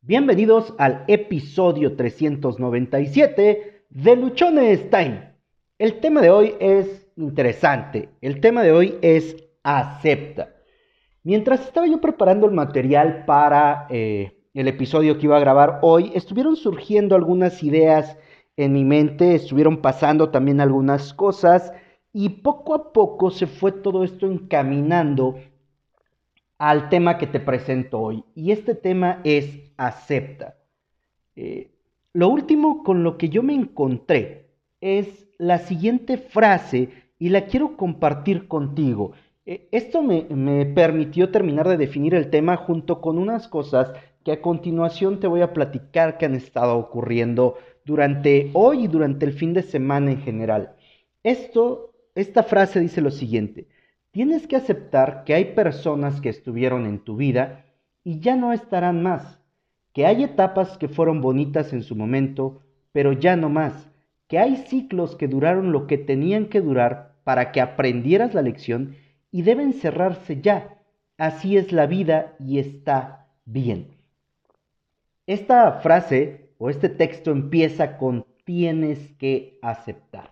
Bienvenidos al episodio 397 de Luchones Time. El tema de hoy es interesante. El tema de hoy es acepta. Mientras estaba yo preparando el material para el episodio que iba a grabar hoy, estuvieron surgiendo algunas ideas en mi mente, estuvieron pasando también algunas cosas y poco a poco se fue todo esto encaminando al tema que te presento hoy. Y este tema es acepta. Lo último con lo que yo me encontré es la siguiente frase y la quiero compartir contigo. Esto me permitió terminar de definir el tema junto con unas cosas que a continuación te voy a platicar que han estado ocurriendo durante hoy y durante el fin de semana en general. Esta frase dice lo siguiente: tienes que aceptar que hay personas que estuvieron en tu vida y ya no estarán más, que hay etapas que fueron bonitas en su momento, pero ya no más, que hay ciclos que duraron lo que tenían que durar para que aprendieras la lección y deben cerrarse ya. Así es la vida y está bien. Esta frase o este texto empieza con tienes que aceptar.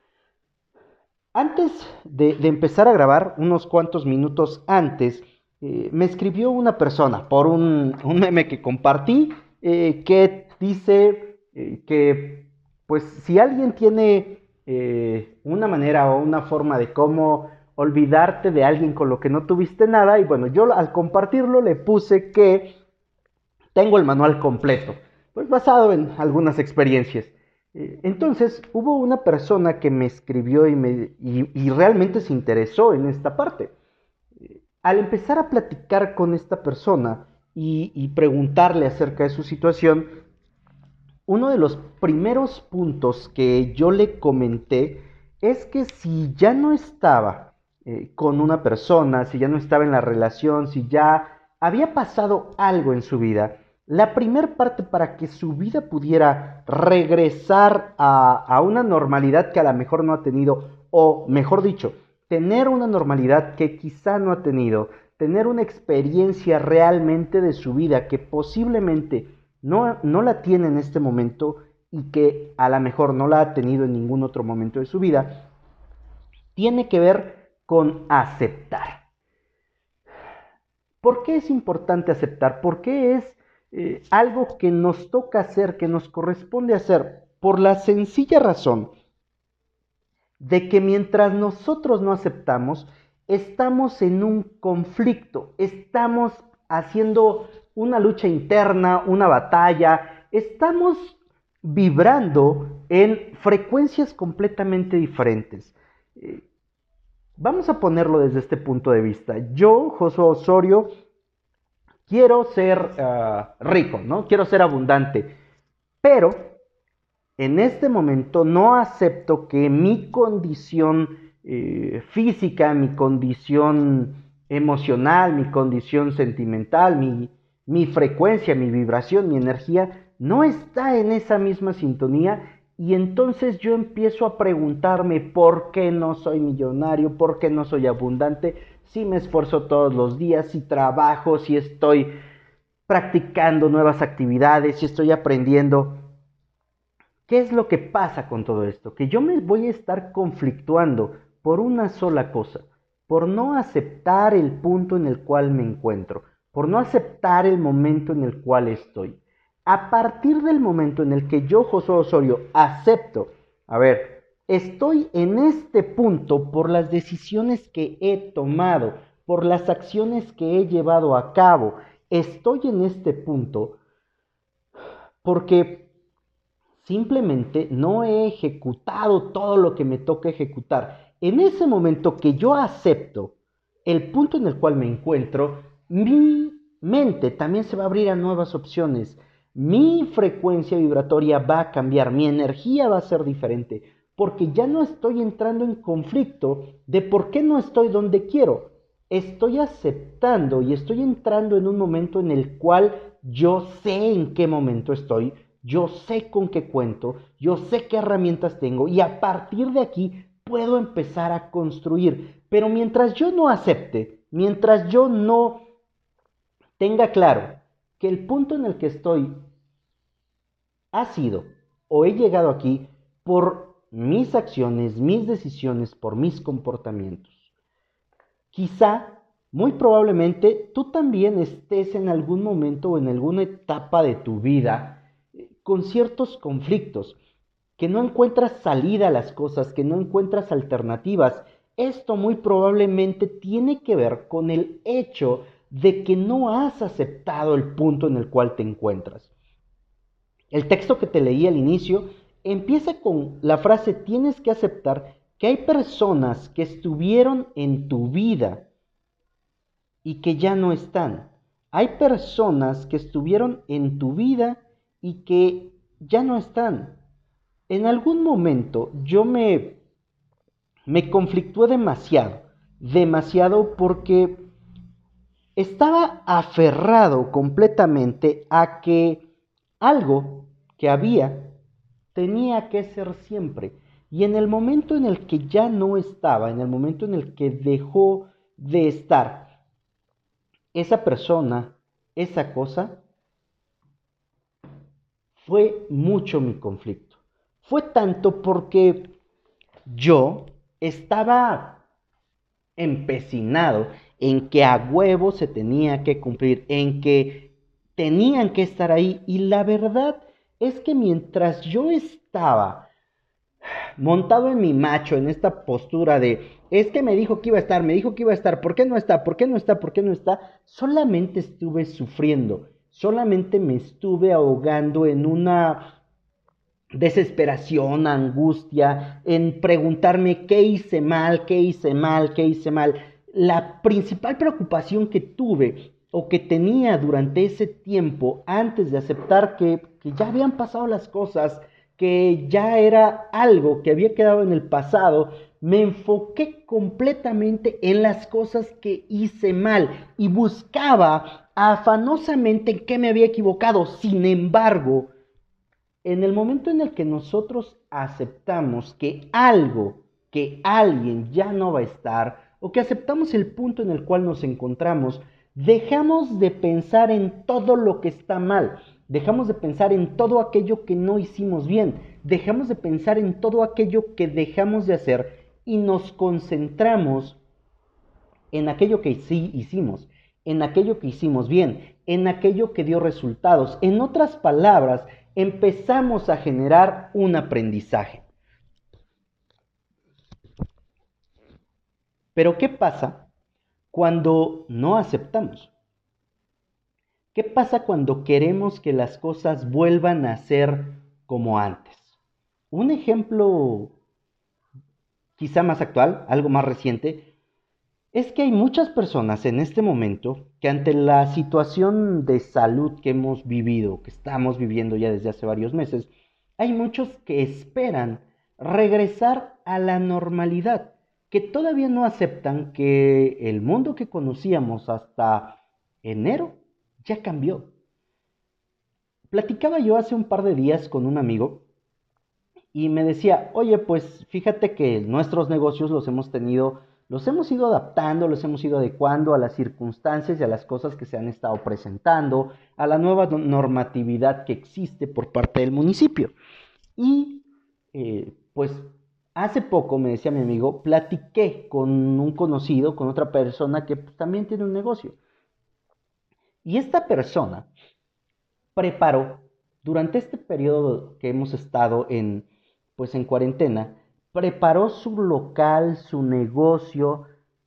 Antes de empezar a grabar, unos cuantos minutos antes, me escribió una persona por un meme que compartí que dice que pues si alguien tiene una manera o una forma de cómo olvidarte de alguien con lo que no tuviste nada, y bueno, yo al compartirlo le puse que tengo el manual completo, pues basado en algunas experiencias. Entonces hubo una persona que me escribió y realmente se interesó en esta parte. Al empezar a platicar con esta persona y preguntarle acerca de su situación, uno de los primeros puntos que yo le comenté es que si ya no estaba con una persona, si ya no estaba en la relación, si ya había pasado algo en su vida, la primer parte para que su vida pudiera regresar a una normalidad que a lo mejor no ha tenido, o mejor dicho, tener una normalidad que quizá no ha tenido, tener una experiencia realmente de su vida que posiblemente no la tiene en este momento y que a lo mejor no la ha tenido en ningún otro momento de su vida, tiene que ver con aceptar. ¿Por qué es importante aceptar? ¿Por qué es algo que nos toca hacer, que nos corresponde hacer? Por la sencilla razón de que mientras nosotros no aceptamos, estamos en un conflicto, estamos haciendo una lucha interna, una batalla, estamos vibrando en frecuencias completamente diferentes. Vamos a ponerlo desde este punto de vista. Yo, Josué Osorio, quiero ser rico, ¿no? Quiero ser abundante, pero en este momento no acepto que mi condición física, mi condición emocional, mi condición sentimental, mi frecuencia, mi vibración, mi energía, no está en esa misma sintonía. Y entonces yo empiezo a preguntarme por qué no soy millonario, por qué no soy abundante, si me esfuerzo todos los días, si trabajo, si estoy practicando nuevas actividades, si estoy aprendiendo. ¿Qué es lo que pasa con todo esto? Que yo me voy a estar conflictuando por una sola cosa, por no aceptar el punto en el cual me encuentro, por no aceptar el momento en el cual estoy. A partir del momento en el que yo, Josué Osorio, acepto, a ver, estoy en este punto por las decisiones que he tomado, por las acciones que he llevado a cabo, estoy en este punto porque simplemente no he ejecutado todo lo que me toca ejecutar. En ese momento que yo acepto el punto en el cual me encuentro, mi mente también se va a abrir a nuevas opciones. Mi frecuencia vibratoria va a cambiar, mi energía va a ser diferente, porque ya no estoy entrando en conflicto de por qué no estoy donde quiero. Estoy aceptando y estoy entrando en un momento en el cual yo sé en qué momento estoy, yo sé con qué cuento, yo sé qué herramientas tengo y a partir de aquí puedo empezar a construir. Pero mientras yo no acepte, mientras yo no tenga claro que el punto en el que estoy ha sido o he llegado aquí por mis acciones, mis decisiones, por mis comportamientos. Quizá, muy probablemente, tú también estés en algún momento o en alguna etapa de tu vida con ciertos conflictos, que no encuentras salida a las cosas, que no encuentras alternativas. Esto muy probablemente tiene que ver con el hecho de que no has aceptado el punto en el cual te encuentras. El texto que te leí al inicio empieza con la frase: tienes que aceptar que hay personas que estuvieron en tu vida y que ya no están. Hay personas que estuvieron en tu vida y que ya no están. En algún momento yo me conflictué demasiado porque estaba aferrado completamente a que algo que había tenía que ser siempre. Y en el momento en el que ya no estaba, en el momento en el que dejó de estar esa persona, esa cosa, fue mucho mi conflicto. Fue tanto porque yo estaba empecinado en que a huevo se tenía que cumplir, en que tenían que estar ahí. Y la verdad es que mientras yo estaba montado en mi macho, en esta postura de, es que me dijo que iba a estar, me dijo que iba a estar, ¿por qué no está? ¿Por qué no está? ¿Por qué no está? Solamente estuve sufriendo, solamente me estuve ahogando en una desesperación, angustia, en preguntarme qué hice mal, qué hice mal, qué hice mal. La principal preocupación que tuve o que tenía durante ese tiempo antes de aceptar que ya habían pasado las cosas, que ya era algo que había quedado en el pasado, me enfoqué completamente en las cosas que hice mal y buscaba afanosamente en qué me había equivocado. Sin embargo, en el momento en el que nosotros aceptamos que algo, que alguien ya no va a estar, o que aceptamos el punto en el cual nos encontramos, dejamos de pensar en todo lo que está mal, dejamos de pensar en todo aquello que no hicimos bien, dejamos de pensar en todo aquello que dejamos de hacer y nos concentramos en aquello que sí hicimos, en aquello que hicimos bien, en aquello que dio resultados. En otras palabras, empezamos a generar un aprendizaje. Pero ¿qué pasa cuando no aceptamos? ¿Qué pasa cuando queremos que las cosas vuelvan a ser como antes? Un ejemplo quizá más actual, algo más reciente, es que hay muchas personas en este momento que ante la situación de salud que hemos vivido, que estamos viviendo ya desde hace varios meses, hay muchos que esperan regresar a la normalidad, que todavía no aceptan que el mundo que conocíamos hasta enero ya cambió. Platicaba yo hace un par de días con un amigo y me decía: oye, pues fíjate que nuestros negocios los hemos ido adaptando, los hemos ido adecuando a las circunstancias y a las cosas que se han estado presentando, a la nueva normatividad que existe por parte del municipio. Y pues hace poco, me decía mi amigo, platiqué con un conocido, con otra persona que pues, también tiene un negocio. Y esta persona preparó, durante este periodo que hemos estado pues en cuarentena, preparó su local, su negocio,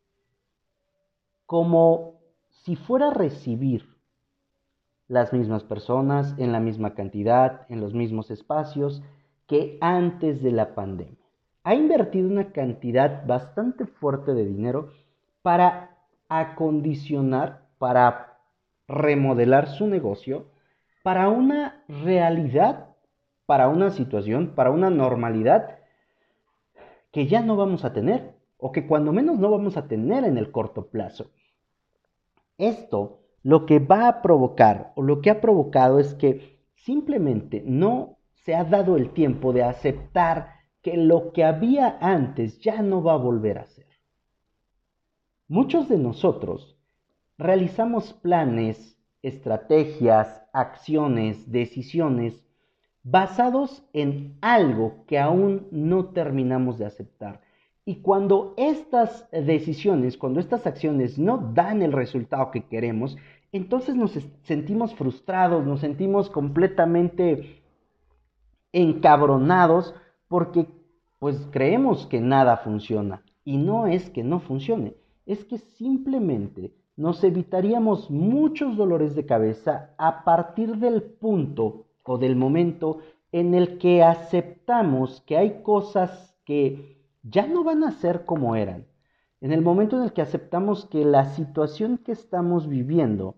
como si fuera a recibir las mismas personas en la misma cantidad, en los mismos espacios que antes de la pandemia. Ha invertido una cantidad bastante fuerte de dinero para acondicionar, para remodelar su negocio para una realidad, para una situación, para una normalidad que ya no vamos a tener, o que cuando menos no vamos a tener en el corto plazo. Esto lo que va a provocar, o lo que ha provocado, es que simplemente no se ha dado el tiempo de aceptar que lo que había antes ya no va a volver a ser. Muchos de nosotros realizamos planes estrategias, acciones, decisiones basados en algo que aún no terminamos de aceptar. Y cuando estas decisiones, cuando estas acciones no dan el resultado que queremos, entonces nos sentimos frustrados, nos sentimos completamente encabronados porque pues creemos que nada funciona. Y no es que no funcione, es que simplemente nos evitaríamos muchos dolores de cabeza a partir del punto o del momento en el que aceptamos que hay cosas que ya no van a ser como eran. En el momento en el que aceptamos que la situación que estamos viviendo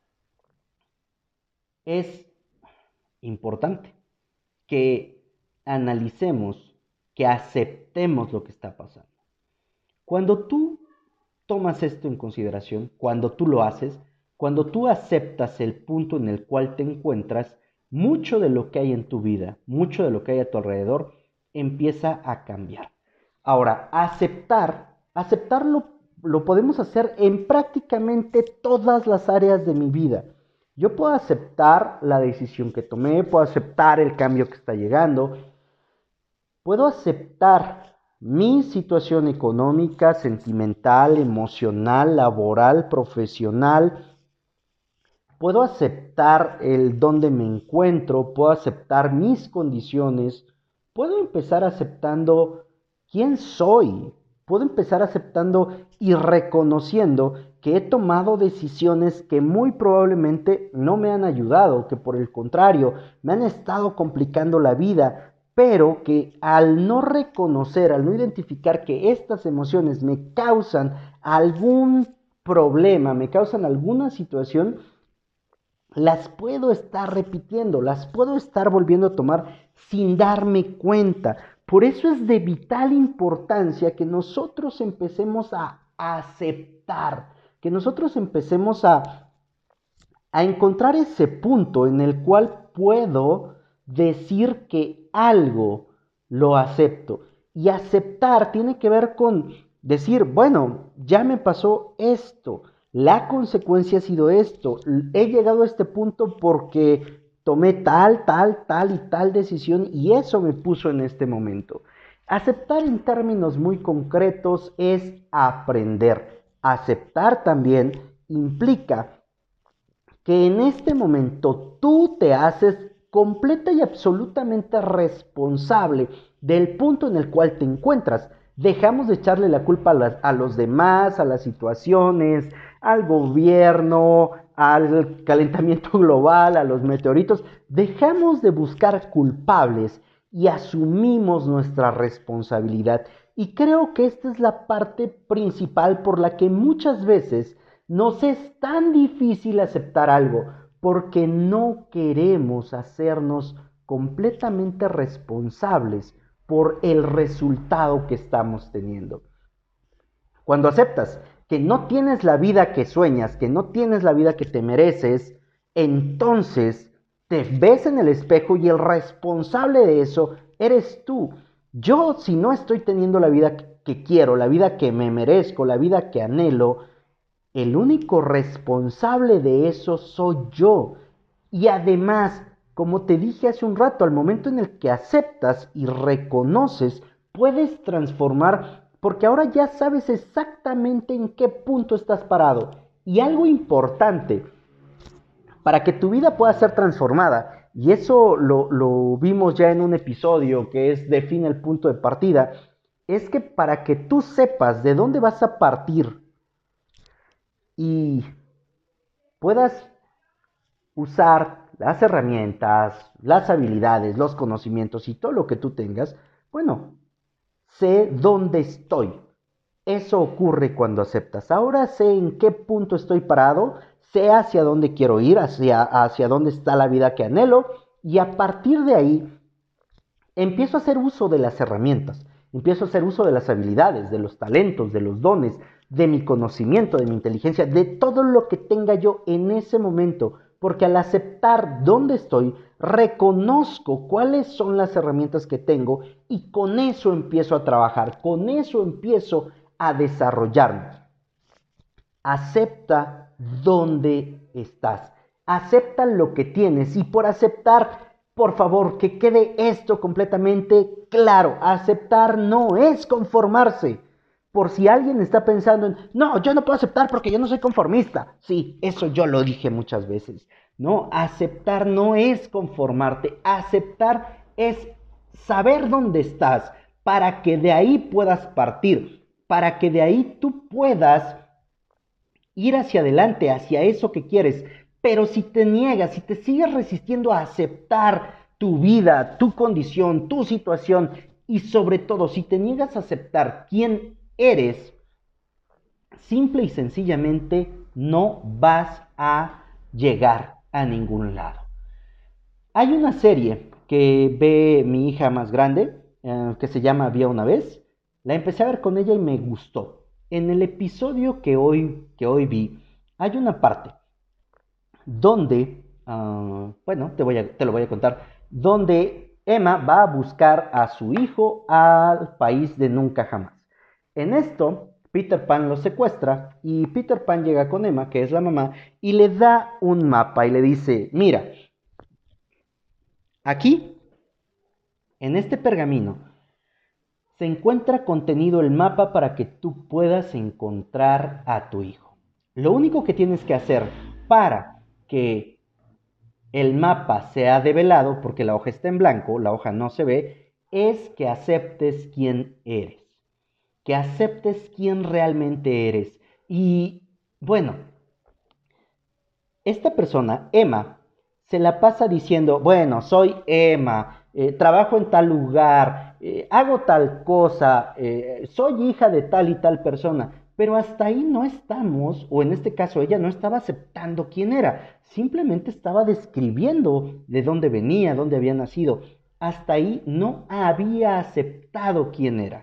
es importante, que analicemos, que aceptemos lo que está pasando. Cuando tú tomas esto en consideración, cuando tú lo haces, cuando tú aceptas el punto en el cual te encuentras, mucho de lo que hay en tu vida, mucho de lo que hay a tu alrededor, empieza a cambiar. Ahora, aceptarlo lo podemos hacer en prácticamente todas las áreas de mi vida. Yo puedo aceptar la decisión que tomé, puedo aceptar el cambio que está llegando, puedo aceptar mi situación económica, sentimental, emocional, laboral, profesional. Puedo aceptar el dónde me encuentro, puedo aceptar mis condiciones, puedo empezar aceptando quién soy, puedo empezar aceptando y reconociendo que he tomado decisiones que muy probablemente no me han ayudado, que por el contrario me han estado complicando la vida, pero que al no reconocer, al no identificar que estas emociones me causan algún problema, me causan alguna situación, las puedo estar repitiendo, las puedo estar volviendo a tomar sin darme cuenta. Por eso es de vital importancia que nosotros empecemos a aceptar, que nosotros empecemos a encontrar ese punto en el cual puedo decir que algo lo acepto. Y aceptar tiene que ver con decir, bueno, ya me pasó esto, la consecuencia ha sido esto, he llegado a este punto porque tomé tal, tal, tal y tal decisión y eso me puso en este momento. Aceptar en términos muy concretos es aprender. Aceptar también implica que en este momento tú te haces completa y absolutamente responsable del punto en el cual te encuentras. Dejamos de echarle la culpa a los demás, a las situaciones, al gobierno, al calentamiento global, a los meteoritos. Dejamos de buscar culpables y asumimos nuestra responsabilidad. Y creo que esta es la parte principal por la que muchas veces nos es tan difícil aceptar algo porque no queremos hacernos completamente responsables por el resultado que estamos teniendo. Cuando aceptas que no tienes la vida que sueñas, que no tienes la vida que te mereces, entonces te ves en el espejo y el responsable de eso eres tú. Yo, si no estoy teniendo la vida que quiero, la vida que me merezco, la vida que anhelo, el único responsable de eso soy yo. Y además, como te dije hace un rato, al momento en el que aceptas y reconoces, puedes transformar, porque ahora ya sabes exactamente en qué punto estás parado. Y algo importante, para que tu vida pueda ser transformada, y eso lo vimos ya en un episodio que es Define el punto de partida, es que para que tú sepas de dónde vas a partir y puedas usar las herramientas, las habilidades, los conocimientos y todo lo que tú tengas, bueno, sé dónde estoy. Eso ocurre cuando aceptas. Ahora sé en qué punto estoy parado, sé hacia dónde quiero ir, hacia dónde está la vida que anhelo, y a partir de ahí empiezo a hacer uso de las herramientas, empiezo a hacer uso de las habilidades, de los talentos, de los dones, de mi conocimiento, de mi inteligencia, de todo lo que tenga yo en ese momento, porque al aceptar dónde estoy, reconozco cuáles son las herramientas que tengo y con eso empiezo a trabajar, con eso empiezo a desarrollarme. Acepta dónde estás. Acepta lo que tienes y por aceptar, por favor, que quede esto completamente claro. Aceptar no es conformarse. Por si alguien está pensando en, no, yo no puedo aceptar porque yo no soy conformista. Sí, eso yo lo dije muchas veces. No, aceptar no es conformarte. Aceptar es saber dónde estás para que de ahí puedas partir, para que de ahí tú puedas ir hacia adelante, hacia eso que quieres. Pero si te niegas, si te sigues resistiendo a aceptar tu vida, tu condición, tu situación, y sobre todo si te niegas a aceptar quién eres, simple y sencillamente no vas a llegar a ningún lado. Hay una serie que ve mi hija más grande, que se llama Había una vez. La empecé a ver con ella y me gustó. En el episodio que hoy vi, hay una parte donde, bueno, te lo voy a contar, donde Emma va a buscar a su hijo al país de nunca jamás. En esto, Peter Pan lo secuestra y Peter Pan llega con Emma, que es la mamá, y le da un mapa y le dice, mira, aquí, en este pergamino, se encuentra contenido el mapa para que tú puedas encontrar a tu hijo. Lo único que tienes que hacer para que el mapa sea develado, porque la hoja está en blanco, la hoja no se ve, es que aceptes quién eres, que aceptes quién realmente eres. Y bueno, esta persona, Emma, se la pasa diciendo, bueno, soy Emma, trabajo en tal lugar, hago tal cosa, soy hija de tal y tal persona, pero hasta ahí no estamos, o en este caso ella no estaba aceptando quién era, simplemente estaba describiendo de dónde venía, dónde había nacido. Hasta ahí no había aceptado quién era.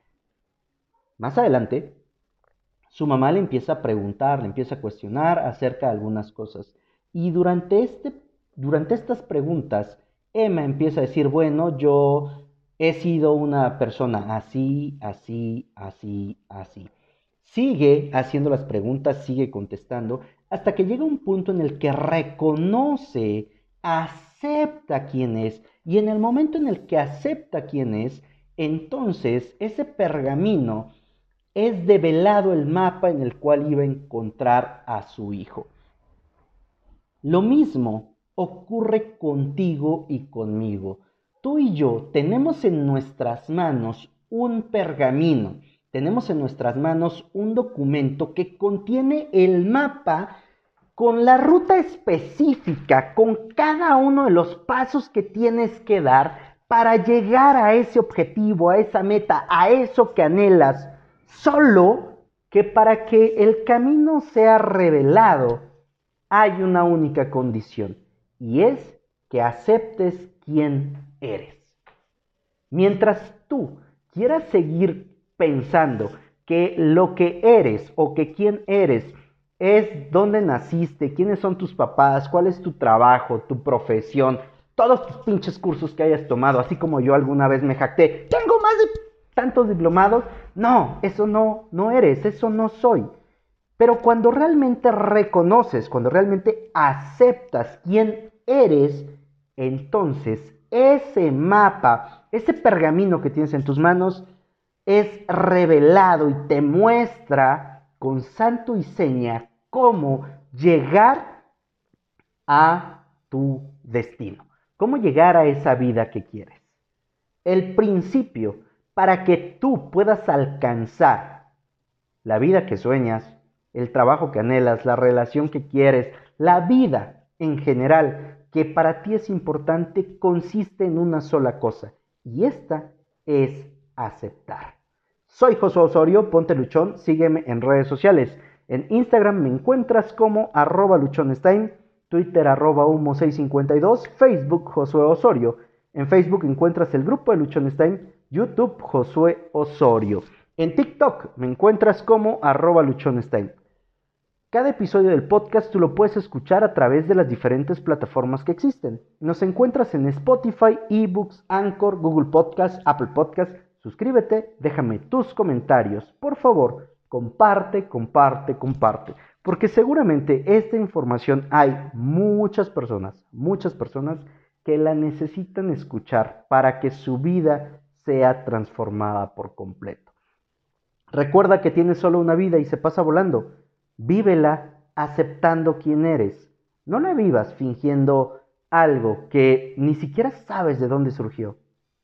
Más adelante, su mamá le empieza a preguntar, le empieza a cuestionar acerca de algunas cosas. Y durante estas preguntas, Emma empieza a decir, bueno, yo he sido una persona así, así, así, así. Sigue haciendo las preguntas, sigue contestando, hasta que llega un punto en el que reconoce, acepta quién es. Y en el momento en el que acepta quién es, entonces ese pergamino es develado el mapa en el cual iba a encontrar a su hijo. Lo mismo ocurre contigo y conmigo. Tú y yo tenemos en nuestras manos un pergamino, tenemos en nuestras manos un documento que contiene el mapa con la ruta específica, con cada uno de los pasos que tienes que dar para llegar a ese objetivo, a esa meta, a eso que anhelas. Solo que para que el camino sea revelado, hay una única condición, y es que aceptes quién eres. Mientras tú quieras seguir pensando que lo que eres o que quién eres es dónde naciste, quiénes son tus papás, cuál es tu trabajo, tu profesión, todos tus pinches cursos que hayas tomado, así como yo alguna vez me jacté, tengo más de tantos diplomados. No, eso no eres, eso no soy. Pero cuando realmente reconoces, cuando realmente aceptas quién eres, entonces ese mapa, ese pergamino que tienes en tus manos, es revelado y te muestra con santo y seña cómo llegar a tu destino, cómo llegar a esa vida que quieres. El principio para que tú puedas alcanzar la vida que sueñas, el trabajo que anhelas, la relación que quieres, la vida en general que para ti es importante, consiste en una sola cosa, y esta es aceptar. Soy Josué Osorio, ponte luchón, sígueme en redes sociales. En Instagram me encuentras como @luchonstein, Twitter @humo652, Facebook Josué Osorio. En Facebook encuentras el grupo de Luchonstein, YouTube Josué Osorio. En TikTok me encuentras como @luchonstein. Cada episodio del podcast tú lo puedes escuchar a través de las diferentes plataformas que existen. Nos encuentras en Spotify, eBooks, Anchor, Google Podcast, Apple Podcast. Suscríbete, déjame tus comentarios. Por favor, comparte, comparte, comparte. Porque seguramente esta información hay muchas personas que la necesitan escuchar para que su vida sea transformada por completo. Recuerda que tienes solo una vida y se pasa volando. Vívela aceptando quién eres. No la vivas fingiendo algo que ni siquiera sabes de dónde surgió.